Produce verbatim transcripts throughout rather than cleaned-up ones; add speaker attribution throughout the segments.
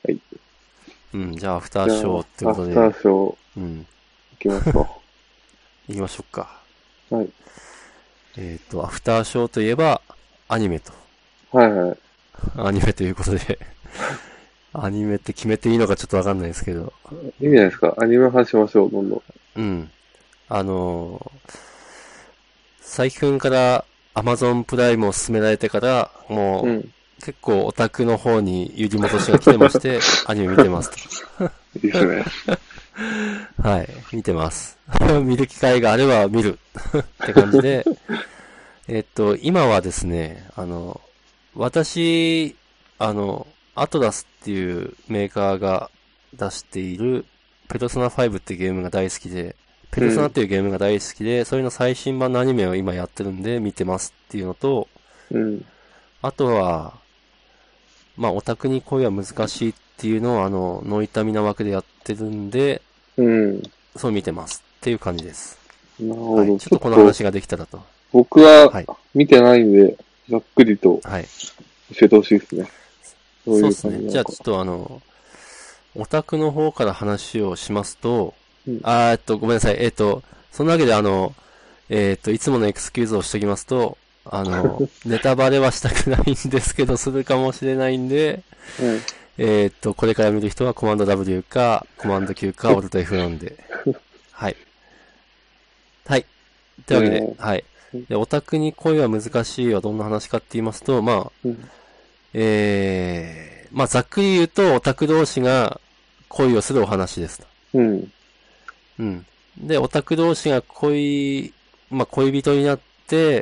Speaker 1: はい。
Speaker 2: うん、じゃあ、アフターショーってことで。
Speaker 1: アフターショー、
Speaker 2: うん。
Speaker 1: 行きますか。
Speaker 2: 行きましょうか。
Speaker 1: はい。
Speaker 2: えっ、ー、と、アフターショーといえば、アニメと。
Speaker 1: はいはい。
Speaker 2: アニメということでアニメって決めていいのかちょっとわかんないですけど。
Speaker 1: いいんじゃないですか。アニメ話しましょう、どんどん。
Speaker 2: うん。あのー、最近から Amazon プライムを勧められてから、も
Speaker 1: うん。
Speaker 2: う、結構オタクの方に揺り戻しが来てまして、アニメ見てますと。
Speaker 1: いいですね。
Speaker 2: はい、見てます。見る機会があれば見るって感じで、えっと、今はですね、あの、私、あの、アトラスっていうメーカーが出している、ペルソナファイブっていうゲームが大好きで、ペルソナっ
Speaker 1: うん。
Speaker 2: ていうゲームが大好きで、それの最新版のアニメを今やってるんで見てますっていうのと、
Speaker 1: うん。
Speaker 2: あとは、まあ、オタクに恋は難しいっていうのをあの、ノイタミな枠でやってるんで、
Speaker 1: うん。
Speaker 2: そう見てますっていう感じです。はい。
Speaker 1: なるほど。
Speaker 2: ちょっと
Speaker 1: ちょっと、
Speaker 2: この話ができたらと。
Speaker 1: 僕は
Speaker 2: はい。
Speaker 1: 見てないんで、ざっくりと
Speaker 2: はい。
Speaker 1: 教えてほしいですね。どういう
Speaker 2: そうですね。
Speaker 1: 感じなのか。
Speaker 2: じゃあちょっとあの、オタクの方から話をしますと、
Speaker 1: うん。
Speaker 2: あーえっと、ごめんなさい。えっと、そのわけであの、えっと、いつものエクスキューズをしておきますと、あの、ネタバレはしたくないんですけど、するかもしれないんで、
Speaker 1: はい。
Speaker 2: えっと、これから見る人はコマンド ダブリュー か、コマンド キュー か、オルト F なんで。はい。はい。というわけで、
Speaker 1: え
Speaker 2: はい。
Speaker 1: ー、
Speaker 2: で、オタクに恋は難しいはどんな話かって言いますと、まあ、
Speaker 1: うん。
Speaker 2: えー、まあ、ざっくり言うと、オタク同士が恋をするお話ですと。
Speaker 1: うん。
Speaker 2: うん。で、オタク同士が恋、まあ、恋人になって、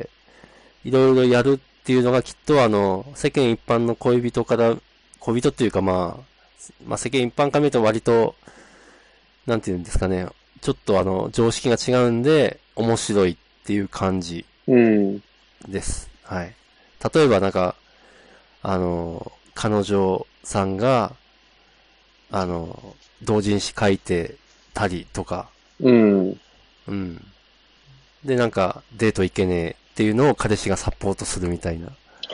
Speaker 2: いろいろやるっていうのがきっとあの、世間一般の恋人から、恋人っていうかまあ、まあ、世間一般から見ると割と、なんていうんですかね、ちょっとあの、常識が違うんで、面白いっていう感じ
Speaker 1: うん。
Speaker 2: です。はい。例えばなんか、あの、彼女さんが、あの、同人誌書いてたりとか、
Speaker 1: うん。
Speaker 2: うん。で、なんか、デート行けねえっていうのを彼氏がサポートするみたいな。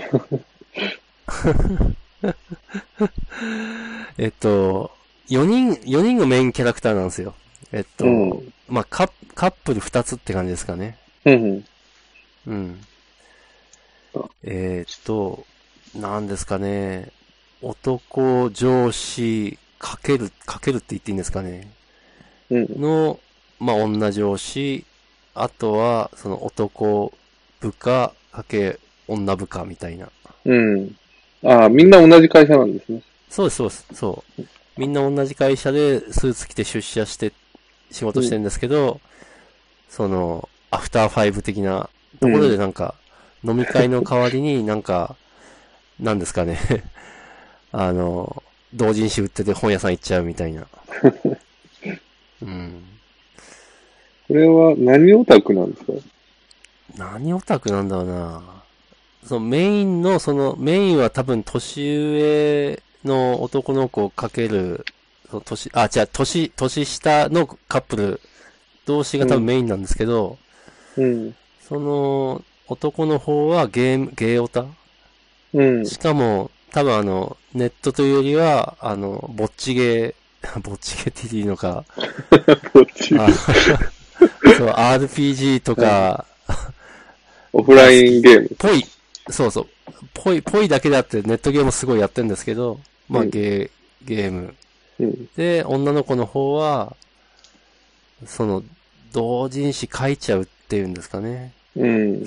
Speaker 2: えっと、よにん、よにんがメインキャラクターなんですよ。えっと、
Speaker 1: うん。
Speaker 2: まあ、カカップルふたつって感じですかね。
Speaker 1: うん。
Speaker 2: うん。えーっと、なんですかね。男、上司、かける、かけるって言っていいんですかね。
Speaker 1: うん。
Speaker 2: の、まあ、女上司、あとは、その男部下、かけ女部下みたいな。
Speaker 1: うん。ああ、みんな同じ会社なんですね。
Speaker 2: そうです、そうです、そう。みんな同じ会社でスーツ着て出社して仕
Speaker 1: うん。
Speaker 2: 事してるんですけど、その、アフターファイブ的なところで
Speaker 1: うん。
Speaker 2: なんか、飲み会の代わりになんか、なんですかねあの、同人誌売ってて本屋さん行っちゃうみたいな。うん。
Speaker 1: これは何オタクなんですか？
Speaker 2: 何オタクなんだろうな。そのメインの、そのメインは多分年上の男の子をかける、その年、あ、じゃあ年、年下のカップル同士が多分
Speaker 1: うん。
Speaker 2: メインなんですけど、
Speaker 1: うん。
Speaker 2: その男の方はゲーム、ゲーオタ
Speaker 1: うん。
Speaker 2: しかも、多分あの、ネットというよりは、あの、ぼっちゲー、ぼっちゲーって言っていいのか、
Speaker 1: こっち
Speaker 2: あ、
Speaker 1: で。
Speaker 2: そう、アールピージー と
Speaker 1: はい。
Speaker 2: か
Speaker 1: オフラ
Speaker 2: が好き。
Speaker 1: インゲーム。
Speaker 2: ぽい。そうそう。ぽい、ぽいだけであってネットゲームすごいやってるんですけど、まあ
Speaker 1: うん。
Speaker 2: ゲー、ゲーム。
Speaker 1: うん。
Speaker 2: で、女の子の方は、その、同人誌書いちゃうっていうんですかね。
Speaker 1: うん。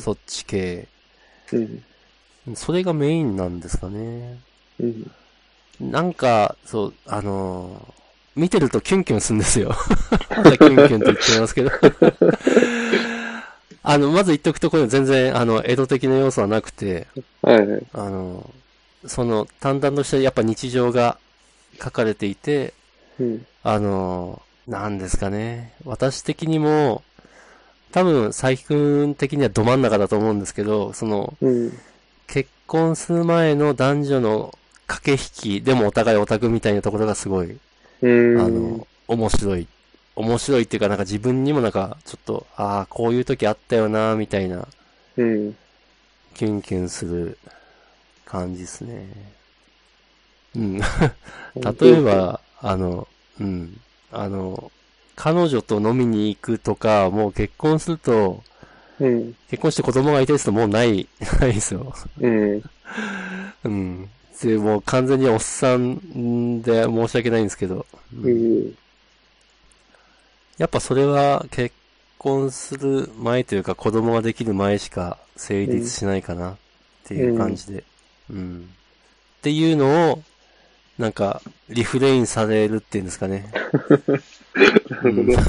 Speaker 2: そっち系。
Speaker 1: うん。
Speaker 2: それがメインなんですかね。
Speaker 1: うん。
Speaker 2: なんか、そう、あのー見てるとキュンキュンするんですよ。まだキュンキュンと言っちゃいますけど。あの、まず言っとくところ全然、あの、江戸的な要素はなくて、
Speaker 1: はいはい。
Speaker 2: あの、その、淡々としたやっぱ日常が書かれていて、
Speaker 1: うん。
Speaker 2: あの、なんですかね。私的にも、多分、佐伯くん的にはど真ん中だと思うんですけど、その、
Speaker 1: うん。
Speaker 2: 結婚する前の男女の駆け引き、でもお互いオタクみたいなところがすごい、
Speaker 1: うーん。
Speaker 2: あの、面白い。面白いっていうか、なんか自分にもなんか、ちょっと、ああ、こういう時あったよな、みたいな、
Speaker 1: うん。
Speaker 2: キュンキュンする感じですね。 うん。例えば、あの、うん。あの、彼女と飲みに行くとか、もう結婚すると、
Speaker 1: うん。
Speaker 2: 結婚して子供がいたりするともうない、ないですよ。
Speaker 1: うん。
Speaker 2: うん。で、もう完全におっさんで申し訳ないんですけど、う
Speaker 1: う
Speaker 2: ん、
Speaker 1: ん。
Speaker 2: やっぱそれは結婚する前というか子供ができる前しか成立しないかなっていう感じで、うん。うん、っていうのを、なんか、リフレインされるっていうんですかね。
Speaker 1: なるほど。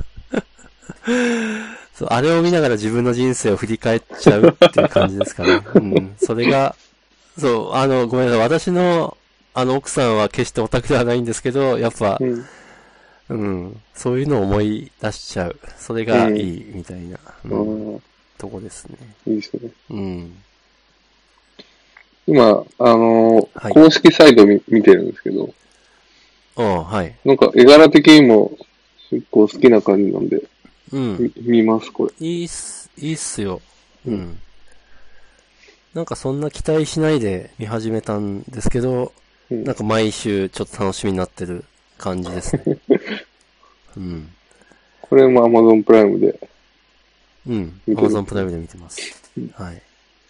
Speaker 2: そう、あれを見ながら自分の人生を振り返っちゃうっていう感じですかね。うん。それが、そう、あの、ごめんなさい。私の、あの、奥さんは決してオタクではないんですけど、やっぱ、
Speaker 1: うん。
Speaker 2: うん、そういうのを思い出しちゃう。それがいい、みたいな、うん、
Speaker 1: ああ、
Speaker 2: とこですね。
Speaker 1: いいですね。
Speaker 2: うん。
Speaker 1: 今、あのー
Speaker 2: はい。
Speaker 1: 公式サイト見見てるんですけど、
Speaker 2: ああ、はい。
Speaker 1: なんか絵柄的にも結構好きな感じなんで、
Speaker 2: うん。
Speaker 1: み見ます、これ。
Speaker 2: いいっす、いいっすよ。
Speaker 1: うん。
Speaker 2: うん。なんかそんな期待しないで見始めたんですけど、
Speaker 1: うん。
Speaker 2: なんか毎週ちょっと楽しみになってる感じですね。うん。
Speaker 1: これも Amazon プライムで
Speaker 2: うん。
Speaker 1: 見てるん
Speaker 2: Amazon
Speaker 1: ですね。
Speaker 2: プライムで見てます。はい。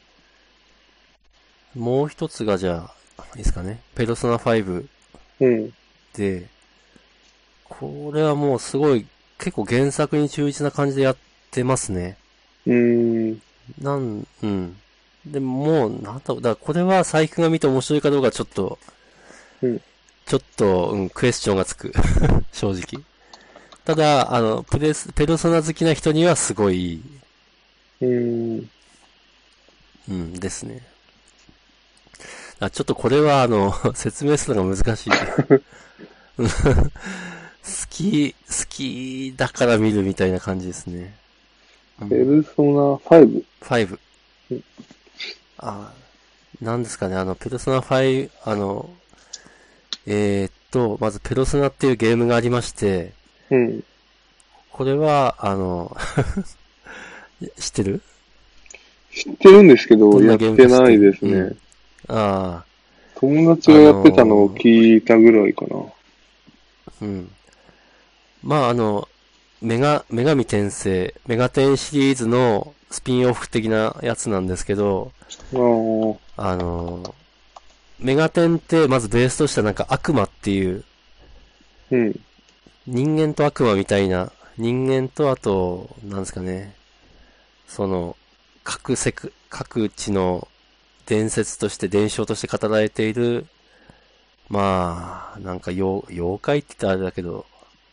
Speaker 2: もう一つがじゃあ、いいですかね。ペルソナファイブ
Speaker 1: うん。
Speaker 2: で、これはもうすごい、結構原作に忠実な感じでやってますね。
Speaker 1: うーん。
Speaker 2: なん、うん。でももう、なんだろう、だからこれは佐伯くんが見て面白いかどうかちょっと、
Speaker 1: うん。
Speaker 2: ちょっと、うん、クエスチョンがつく。正直。ただ、あの、プレス、ペルソナ好きな人にはすごいいい、
Speaker 1: うーん。
Speaker 2: うん、ですね。あ、ちょっとこれはあの、説明するのが難しい。好き、好きだから見るみたいな感じですね。うん、
Speaker 1: ペルソナファイブ。
Speaker 2: ファイブ。
Speaker 1: うん。
Speaker 2: あ、なんですかね、あの、ペルソナファイブ、あの、えー、っと、まずペルソナっていうゲームがありまして、
Speaker 1: うん。
Speaker 2: これは、あの、知ってる？
Speaker 1: 知ってるんですけど、
Speaker 2: どんなゲーム
Speaker 1: やってな
Speaker 2: か知ってる？
Speaker 1: いですね。
Speaker 2: うん。あ
Speaker 1: 友達
Speaker 2: あ、あ
Speaker 1: がやってたのを
Speaker 2: の
Speaker 1: 聞いたぐらいかな。
Speaker 2: うん。まあ、あの、メガ、女神転生、メガテンシリーズのスピンオフ的なやつなんですけど、
Speaker 1: ああ。
Speaker 2: あの、メガテンってまずベースとしてはなんか悪魔っていう、
Speaker 1: うん。
Speaker 2: 人間と悪魔みたいな、人間とあと、なんですかね、その、各世界、各地の伝説として伝承として語られている、まあ、なんか妖、妖怪って言ったらあれだけど、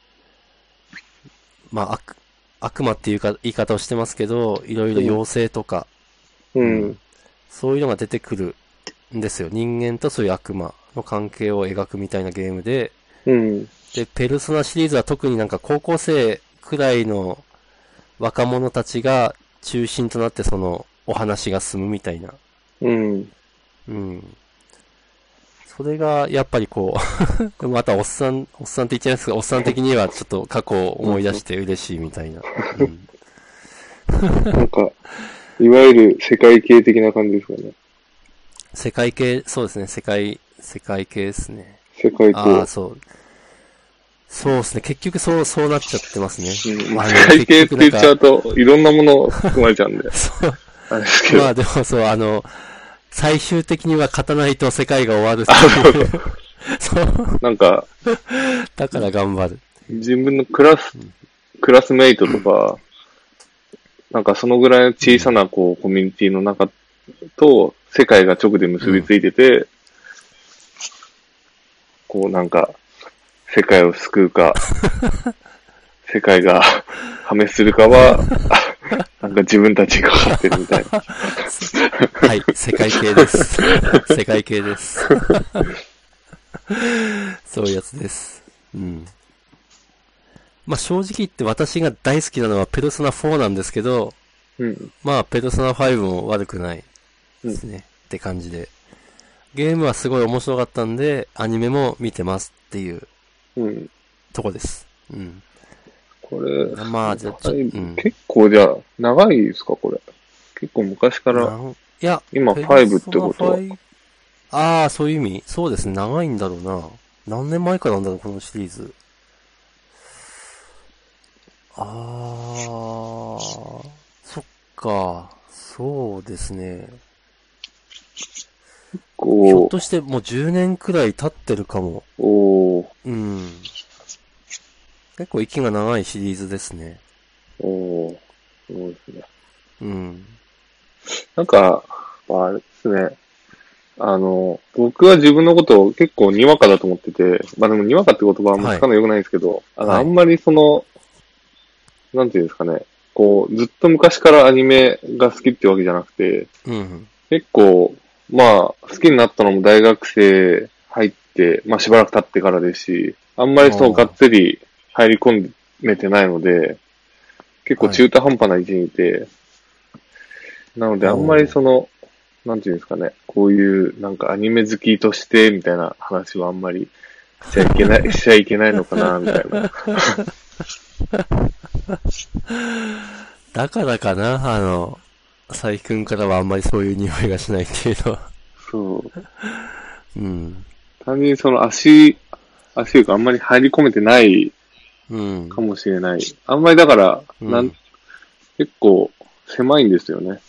Speaker 2: まあ悪、悪魔っていうか言い方をしてますけど、いろいろ
Speaker 1: うん。
Speaker 2: 妖精とか、
Speaker 1: う
Speaker 2: うん、
Speaker 1: ん。
Speaker 2: そういうのが出てくるんですよ。人間とそういう悪魔の関係を描くみたいなゲームで、
Speaker 1: うん。
Speaker 2: で、ペルソナシリーズは特になんか高校生くらいの若者たちが中心となってそのお話が進むみたいな。
Speaker 1: うん。
Speaker 2: うん。それがやっぱりこうまたおっさん、おっさんって言っちゃいますが、おっさん的にはちょっと過去を思い出して嬉しいみたいな。うん。
Speaker 1: なんか、いわゆる世界系的な感じですかね。
Speaker 2: 世界系、そうですね、世界、世界系ですね。
Speaker 1: 世界
Speaker 2: ああ、
Speaker 1: と、
Speaker 2: そう。そうですね。結局そう、そうなっちゃってますね。
Speaker 1: うん、まあ、
Speaker 2: あの、
Speaker 1: 世界系って言っちゃ
Speaker 2: 結局なんか、
Speaker 1: うと、いろんなもの含まれちゃうんで、
Speaker 2: そう、
Speaker 1: あれですけど。
Speaker 2: まあでもそう、あの、最終的には勝たないと世界が終わる
Speaker 1: あ、そう
Speaker 2: っていう。
Speaker 1: そう。
Speaker 2: そう。
Speaker 1: なんか、
Speaker 2: だから頑張る。
Speaker 1: 自分のクラス、クラスメイトとか、なんかそのぐらいの小さなこうコミュニティの中と世界が直で結びついてて、うん、こうなんか世界を救うか、世界が破滅するかは、なんか自分たちが勝ってるみたいな。
Speaker 2: はい、世界系です。世界系です。そういうやつです。うん。まあ正直言って私が大好きなのはペルソナフォーなんですけど、
Speaker 1: うん、
Speaker 2: まあペルソナファイブも悪くないですね、うん、って感じで。ゲームはすごい面白かったんで、アニメも見てますっていうとこです。うん。
Speaker 1: これ、
Speaker 2: まあじゃあちょ、うん、
Speaker 1: 結構じゃあ長いですかこれ。結構昔から。
Speaker 2: いや、
Speaker 1: 今ファイブってことは。
Speaker 2: ああ、そういう意味そうですね。長いんだろうな。何年前からなんだろう、このシリーズ。ああ、そっか。そうですね。ひょっ
Speaker 1: こ
Speaker 2: としてもうじゅうねんくらい経ってるかも。
Speaker 1: う、おー、
Speaker 2: うん。結構息が長いシリーズですね。
Speaker 1: おー、そうですね。
Speaker 2: うん。
Speaker 1: なんか、あれですね。あの、僕は自分のことを結構にわかだと思ってて、まあでもにわかって言葉はあんま使うの良くないんですけど、あの、
Speaker 2: はい
Speaker 1: あんまりその、なんていうんですかね、こう、ずっと昔からアニメが好きってわけじゃなくて、
Speaker 2: うん。
Speaker 1: 結構、まあ、好きになったのも大学生入って、まあしばらく経ってからですし、あんまりそのがっつり入り込めてないので、結構中途半端な位置にいて、なのであんまりその、なんていうんですかね、こういうなんかアニメ好きとしてみたいな話はあんまりしちゃいけない、しちゃいけないのかな、みたいな。
Speaker 2: だからかな、あの、佐伯くんからはあんまりそういう匂いがしないっていうのは。
Speaker 1: そう。
Speaker 2: うん。
Speaker 1: 単純にその足、足というかあんまり入り込めてない
Speaker 2: うん。
Speaker 1: かもしれない。あんまりだから、
Speaker 2: うん
Speaker 1: なん、結構狭いんですよね。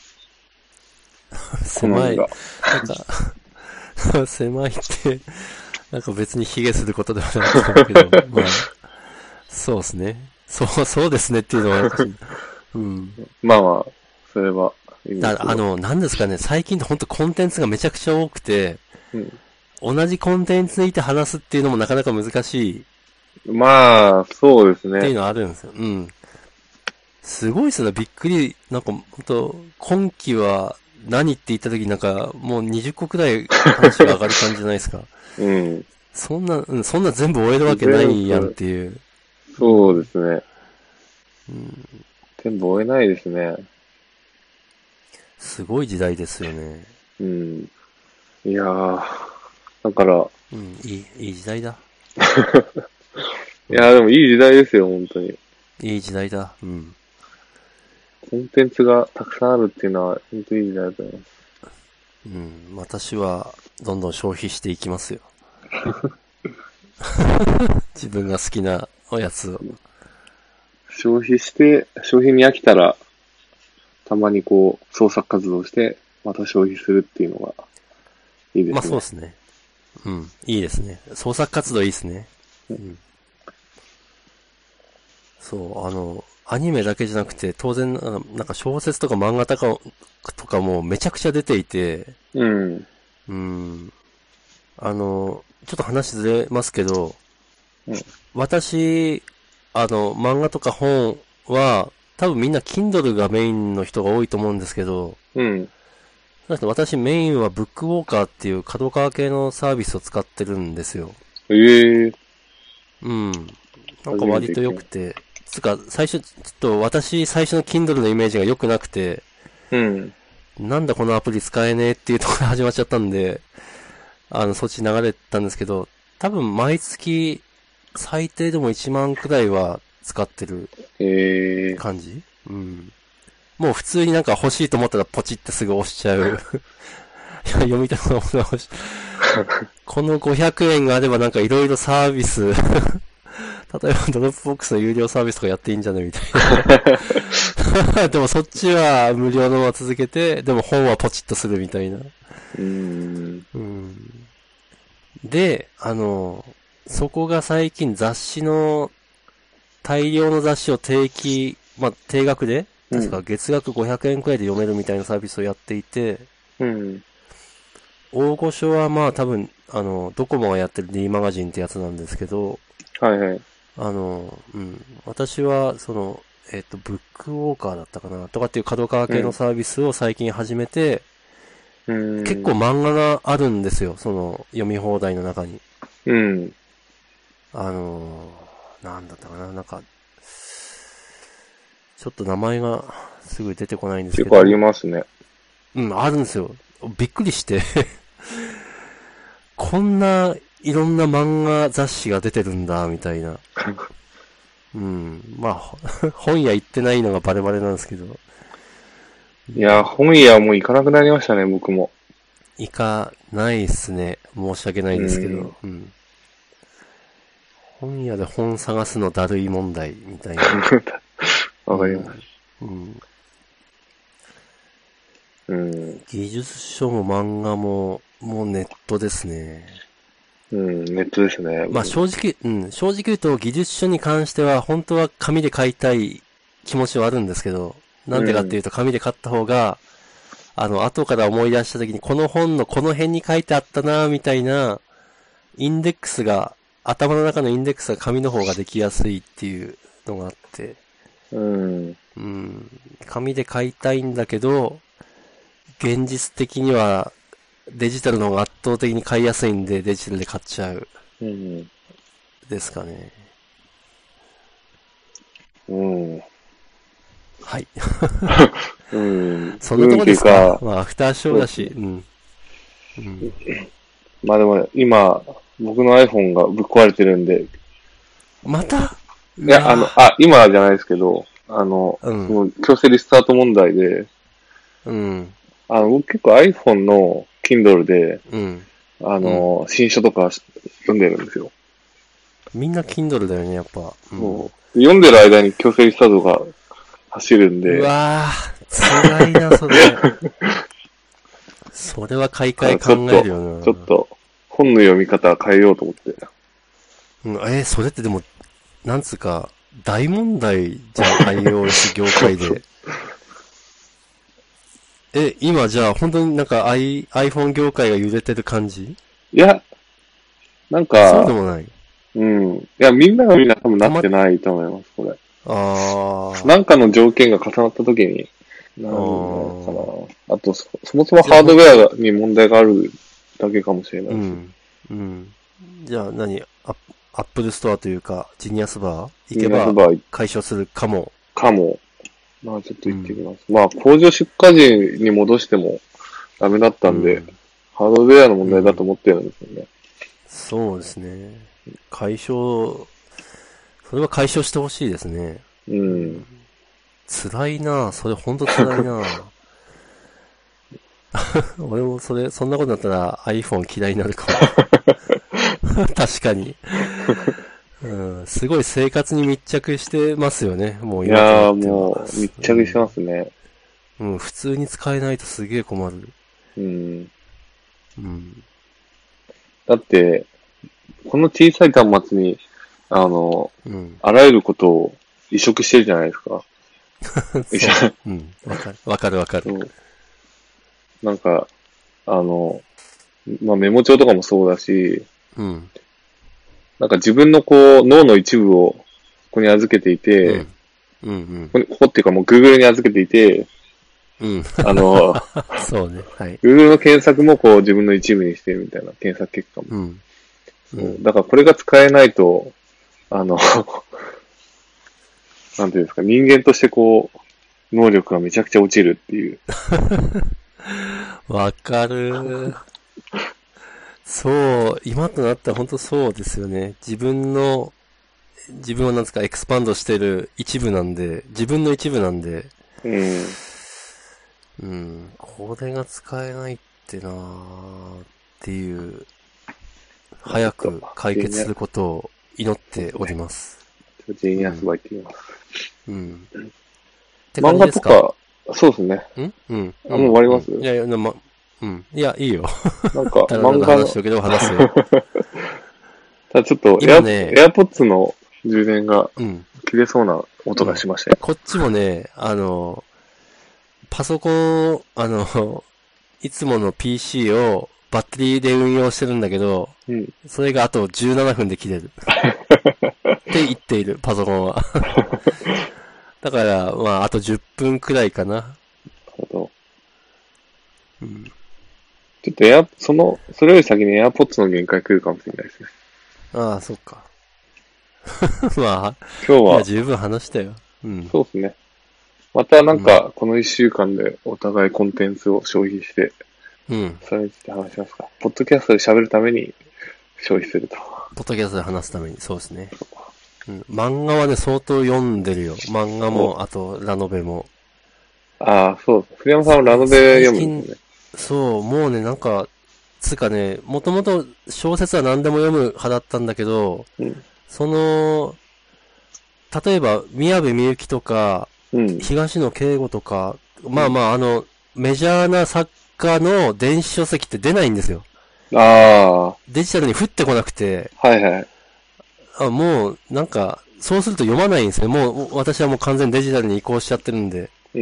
Speaker 2: 狭い。
Speaker 1: 好みが。
Speaker 2: なんか、狭いって、なんか別に卑下することではないと思うけど、まあ、そうですね。そう、そうですねっていうのは、うん。
Speaker 1: まあまあ、それはいいんですけど。
Speaker 2: だあの、なんですかね、最近って本当コンテンツがめちゃくちゃ多くて、
Speaker 1: うん、
Speaker 2: 同じコンテンツにいて話すっていうのもなかなか難しい
Speaker 1: まあ、そうですね。
Speaker 2: っていうのはあるんですよ。うん。すごいっすね、びっくり。なんか、本当今期は何って言った時になんか、もうにじゅっこくらい話が上がる感じじゃないですか。
Speaker 1: うん。
Speaker 2: そんな、うん、そんな全部終えるわけないやんっていう。
Speaker 1: そうですね。
Speaker 2: うん、
Speaker 1: 全部追えないですね。
Speaker 2: すごい時代ですよね。
Speaker 1: うん。いやー、だから、
Speaker 2: うん、いい、いい時代だ。
Speaker 1: いやーでもいい時代ですよ、本当に。
Speaker 2: いい時代だ。うん。
Speaker 1: コンテンツがたくさんあるっていうのは、本当にいい時代だと思います。
Speaker 2: うん、私は、どんどん消費していきますよ。自分が好きなおやつを。
Speaker 1: 消費して、消費に飽きたら、たまにこう、創作活動して、また消費するっていうのが、いいですね。
Speaker 2: まあそうですね。うん、いいですね。創作活動いいですね。うん。そう、あの、アニメだけじゃなくて、当然、なんか小説とか漫画とか、とかもめちゃくちゃ出ていて、
Speaker 1: うん。
Speaker 2: うん。あの、ちょっと話ずれますけど、
Speaker 1: うん、
Speaker 2: 私、あの、漫画とか本は、多分みんな Kindle がメインの人が多いと思うんですけど、
Speaker 1: うん。
Speaker 2: 私メインはブックウォーカーっていう角川系のサービスを使ってるんですよ。
Speaker 1: ええー。
Speaker 2: うん。なんか割と良くて、つか、最初、ちょっと私最初の Kindle のイメージが良くなくて、
Speaker 1: うん。
Speaker 2: なんだこのアプリ使えねえっていうところから始まっちゃったんで、あの、そっち流れたんですけど、多分毎月最低でもいちまんくらいは使ってる
Speaker 1: ええー。
Speaker 2: 感じ、うん。もう普通になんか欲しいと思ったらポチってすぐ押しちゃう。いや、読みたいものが欲しい。このごひゃくえんがあればなんかいろいろサービス、例えばドロップボックスの有料サービスとかやっていいんじゃないみたいな。でもそっちは無料のまま続けて、でも本はポチッとするみたいな。
Speaker 1: うーん。
Speaker 2: うん。で、あの、そこが最近雑誌の、大量の雑誌を定期、まあ、定額で、確か月額ごひゃくえんくらいで読めるみたいなサービスをやっていて、
Speaker 1: うん。
Speaker 2: 大御所はまあ多分、あの、ドコモがやってる D マガジンってやつなんですけど、
Speaker 1: はいはい。
Speaker 2: あの、うん。私は、その、えっと、ブックウォーカーだったかなとかっていう角川系のサービスを最近始めて、
Speaker 1: うん、
Speaker 2: 結構漫画があるんですよ、その、読み放題の中に。
Speaker 1: うん。
Speaker 2: あの、なんだったかな、なんか、ちょっと名前がすぐ出てこないんですけど。
Speaker 1: 結構ありますね。
Speaker 2: うん、あるんですよ。びっくりして。こんないろんな漫画雑誌が出てるんだ、みたいな。うん。まあ、本屋行ってないのがバレバレなんですけど。
Speaker 1: いや、本屋もう行かなくなりましたね、僕も。
Speaker 2: 行かないっすね。申し訳ないですけど。うん。うん、本屋で本探すのだるい問題みたいな。
Speaker 1: わかります。
Speaker 2: うん。
Speaker 1: うん。
Speaker 2: 技術書も漫画も、もうネットですね。
Speaker 1: うん、ネットですね。
Speaker 2: まあ正直、うん、正直言うと技術書に関しては本当は紙で買いたい気持ちはあるんですけど、なんでかっていうと紙で買った方が、あの、後から思い出した時にこの本のこの辺に書いてあったなみたいな、インデックスが、頭の中のインデックスが紙の方ができやすいっていうのがあって、
Speaker 1: うん。
Speaker 2: うん、紙で買いたいんだけど、現実的にはデジタルの方が圧倒的に買いやすいんでデジタルで買っちゃう。
Speaker 1: うん。
Speaker 2: ですかね。
Speaker 1: うん。
Speaker 2: はい。
Speaker 1: うん。
Speaker 2: そんなとこですか。まあ、アフターショーだし。うん。うん、
Speaker 1: まあでも、今、僕の iPhone がぶっ壊れてるんで。
Speaker 2: また
Speaker 1: いや、あの、あ、今じゃないですけど、あの、
Speaker 2: うん、
Speaker 1: その強制リスタート問題で、
Speaker 2: うん。
Speaker 1: あの、僕結構 iPhone の Kindle で、
Speaker 2: うん。
Speaker 1: あの、うん、新書とか読んでるんですよ。
Speaker 2: みんな Kindle だよね、やっぱ。うん、
Speaker 1: そう読んでる間に強制リスタートが走るんで。
Speaker 2: うわぁ、辛いな、それ。それは買い替え考えるよな。
Speaker 1: ちょっと、ちょっと本の読み方変えようと思って。
Speaker 2: うん、えー、それってでも、なんつうか、大問題じゃん、iOS 業界で。え、今じゃあ本当になんか I、iPhone 業界が揺れてる感じ？
Speaker 1: いや、なんか、
Speaker 2: そうでもない。
Speaker 1: うん。いや、みんながみんな多分なってないと思います、これ。
Speaker 2: ああ。
Speaker 1: なんかの条件が重なった時に、なんのかな。あとそ、そもそもハードウェアに問題があるだけかもしれない。
Speaker 2: うん。うん。じゃあ何アップルストアというか、ジニアスバー行けば解消するかも。
Speaker 1: かも。まあちょっと行ってみます。うん、まあ工場出荷時に戻してもダメだったんで、うん、ハードウェアの問題だと思ってるんですよね。うん、
Speaker 2: そうですね。解消、それは解消してほしいですね。
Speaker 1: うん。
Speaker 2: 辛いなそれほんと辛いな俺もそれ、そんなことになったら iPhone 嫌いになるかも。確かに。うん、すごい生活に密着してますよね、もう
Speaker 1: 今。いやーもう密着してますね、
Speaker 2: うん。うん、普通に使えないとすげえ困る。
Speaker 1: うん。
Speaker 2: うん。
Speaker 1: だって、この小さい端末に、あの、うん、あらゆることを移植してるじゃないですか。
Speaker 2: うん。わかる。わかるわかる。
Speaker 1: なんか、あの、まあ、メモ帳とかもそうだし、
Speaker 2: うん。
Speaker 1: なんか自分のこう、脳の一部をここに預けていて、うん。
Speaker 2: うんうん、
Speaker 1: ここ, ここっていうかもう Google に預けていて、
Speaker 2: うん。
Speaker 1: あの、
Speaker 2: そうね。はい。
Speaker 1: Google の検索もこう自分の一部にしてるみたいな検索結果も。
Speaker 2: うん。
Speaker 1: うん、だからこれが使えないと、あの、なんていうんですか、人間としてこう、能力がめちゃくちゃ落ちるっていう。
Speaker 2: わかる。そう、今となったら本当そうですよね。自分の、自分はなんですか、エクスパンドしてる一部なんで、自分の一部なんで、
Speaker 1: うん。
Speaker 2: うん、これが使えないってなーっていう、早く解決することを祈っております。
Speaker 1: ジェニアスバイって言います。
Speaker 2: うん。うん、
Speaker 1: 漫画とか、そうですね。
Speaker 2: んうん。
Speaker 1: あ、もう終わります、
Speaker 2: うん、いやいや、ま、うん。いや、いいよ。
Speaker 1: なんか、
Speaker 2: 漫画の話だけど話すよ。
Speaker 1: ただちょっとエア、ね、エアポッツの充電が切れそうな音がしましたよ、
Speaker 2: うん。こっちもね、あの、パソコン、あの、いつもの ピーシー をバッテリーで運用してるんだけど、
Speaker 1: うん、
Speaker 2: それがあとじゅうななふんで切れる。って言っている、パソコンは。だから、まあ、あとじゅっぷんくらいかな。なる
Speaker 1: ほど。
Speaker 2: うん。
Speaker 1: ちょっとエア、その、それより先に AirPods の限界来るかもしれないですね。
Speaker 2: ああ、そっか。まあ、
Speaker 1: 今日は。
Speaker 2: いや、十分話したよ。うん。
Speaker 1: そうですね。またなんか、この一週間でお互いコンテンツを消費して、
Speaker 2: うん。
Speaker 1: それについて話しますか。ポッドキャストで喋るために消費すると。
Speaker 2: ポッドキャストで話すために、そうですね。うん、漫画はね、相当読んでるよ。漫画も、あと、ラノベも。
Speaker 1: ああ、そうです。栗山さんはラノベ読むんですね。
Speaker 2: そう、もうね、なんか、つうかね、もともと小説は何でも読む派だったんだけど、
Speaker 1: うん。
Speaker 2: その、例えば、宮部みゆきとか、
Speaker 1: うん。
Speaker 2: 東野圭吾とか、
Speaker 1: うん。
Speaker 2: まあまあ、あの、メジャーな作家の電子書籍って出ないんですよ。
Speaker 1: あ
Speaker 2: デジタルに降ってこなくて、
Speaker 1: あ、はいはい。
Speaker 2: あ、もう、なんか、そうすると読まないんですね。もう、私はもう完全にデジタルに移行しちゃってるんで。
Speaker 1: うん。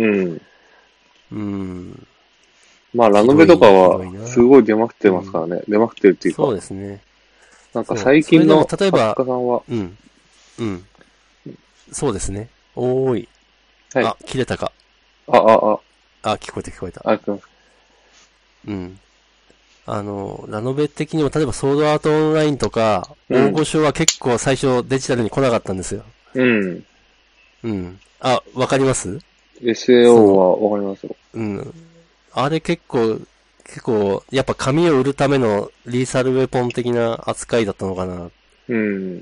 Speaker 2: うーん、
Speaker 1: まあ、ラノベとか
Speaker 2: ひどい、ひどい
Speaker 1: は、す
Speaker 2: な。
Speaker 1: ごい出まくって
Speaker 2: うん。
Speaker 1: ますからね。出まくってるっていうか、
Speaker 2: そうですね。
Speaker 1: なんか
Speaker 2: そう。
Speaker 1: 最近
Speaker 2: それでも、
Speaker 1: の作
Speaker 2: 例えば、
Speaker 1: 家さんは、
Speaker 2: うん、うん。そうですね。おーい。
Speaker 1: はい。
Speaker 2: あ、切れたか。
Speaker 1: あ、あ、あ、
Speaker 2: あ、聞こえた聞こえた。
Speaker 1: あ、すいません。
Speaker 2: うん。あの、ラノベ的にも、例えばソードアートオンラインとか、大御
Speaker 1: うん。
Speaker 2: 所は結構最初デジタルに来なかったんですよ。
Speaker 1: うん。
Speaker 2: うん。あ、わかります？
Speaker 1: エスエーオー
Speaker 2: その、
Speaker 1: はわかりますよ。
Speaker 2: うん。あれ結構、結構、やっぱ紙を売るためのリーサルウェポン的な扱いだったのかな。
Speaker 1: うん。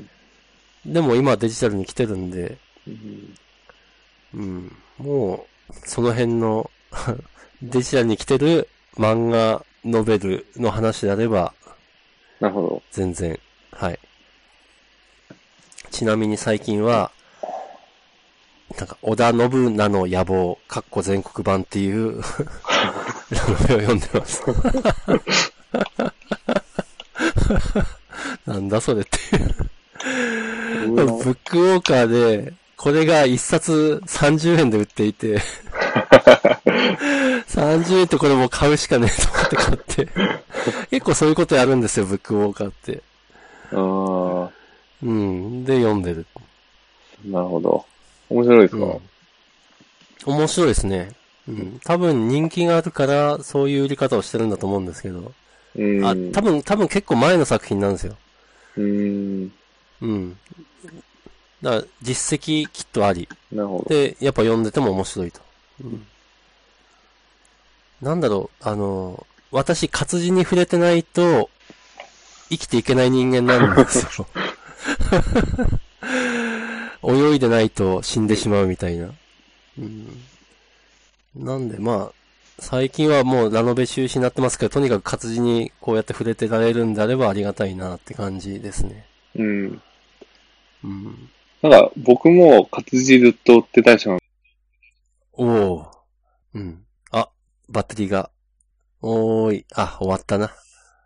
Speaker 2: でも今デジタルに来てるんで、
Speaker 1: うん。
Speaker 2: うん。もう、その辺のデジタルに来てる漫画、ノベルの話であれば、
Speaker 1: なるほど。
Speaker 2: 全然、はい。ちなみに最近は、なんか、織田信長の野望、かっこ全国版っていうラノベを読んでます。なんだそれっていう。ブ
Speaker 1: うな。
Speaker 2: ックウォーカーで、これが一冊さんじゅうえんで売っていて、さんじゅうえんってこれもう買うしかねえと思って買って。結構そういうことやるんですよ、ブックウォーカーって。
Speaker 1: ああ、
Speaker 2: うん。で、読んでる。
Speaker 1: なるほど。面白いですか？
Speaker 2: うん。面白いですね。うん。多分人気があるから、そういう売り方をしてるんだと思うんですけど。
Speaker 1: う
Speaker 2: あ、
Speaker 1: ん。
Speaker 2: 多分、多分結構前の作品なんですよ。
Speaker 1: うん。
Speaker 2: うん。だから、実績きっとあり。
Speaker 1: なるほど。
Speaker 2: で、やっぱ読んでても面白いと。うん。なんだろう、あの、私、活字に触れてないと、生きていけない人間なんですよ。泳いでないと死んでしまうみたいな。うん。なんで、まあ、最近はもうラノベ中止になってますけど、とにかく活字にこうやって触れてられるんであればありがたいなって感じですね。
Speaker 1: うん。
Speaker 2: うん。
Speaker 1: なんか、僕も活字ずっと追ってたりします。
Speaker 2: おー。うん。あ、バッテリーが。おーい。あ、終わったな。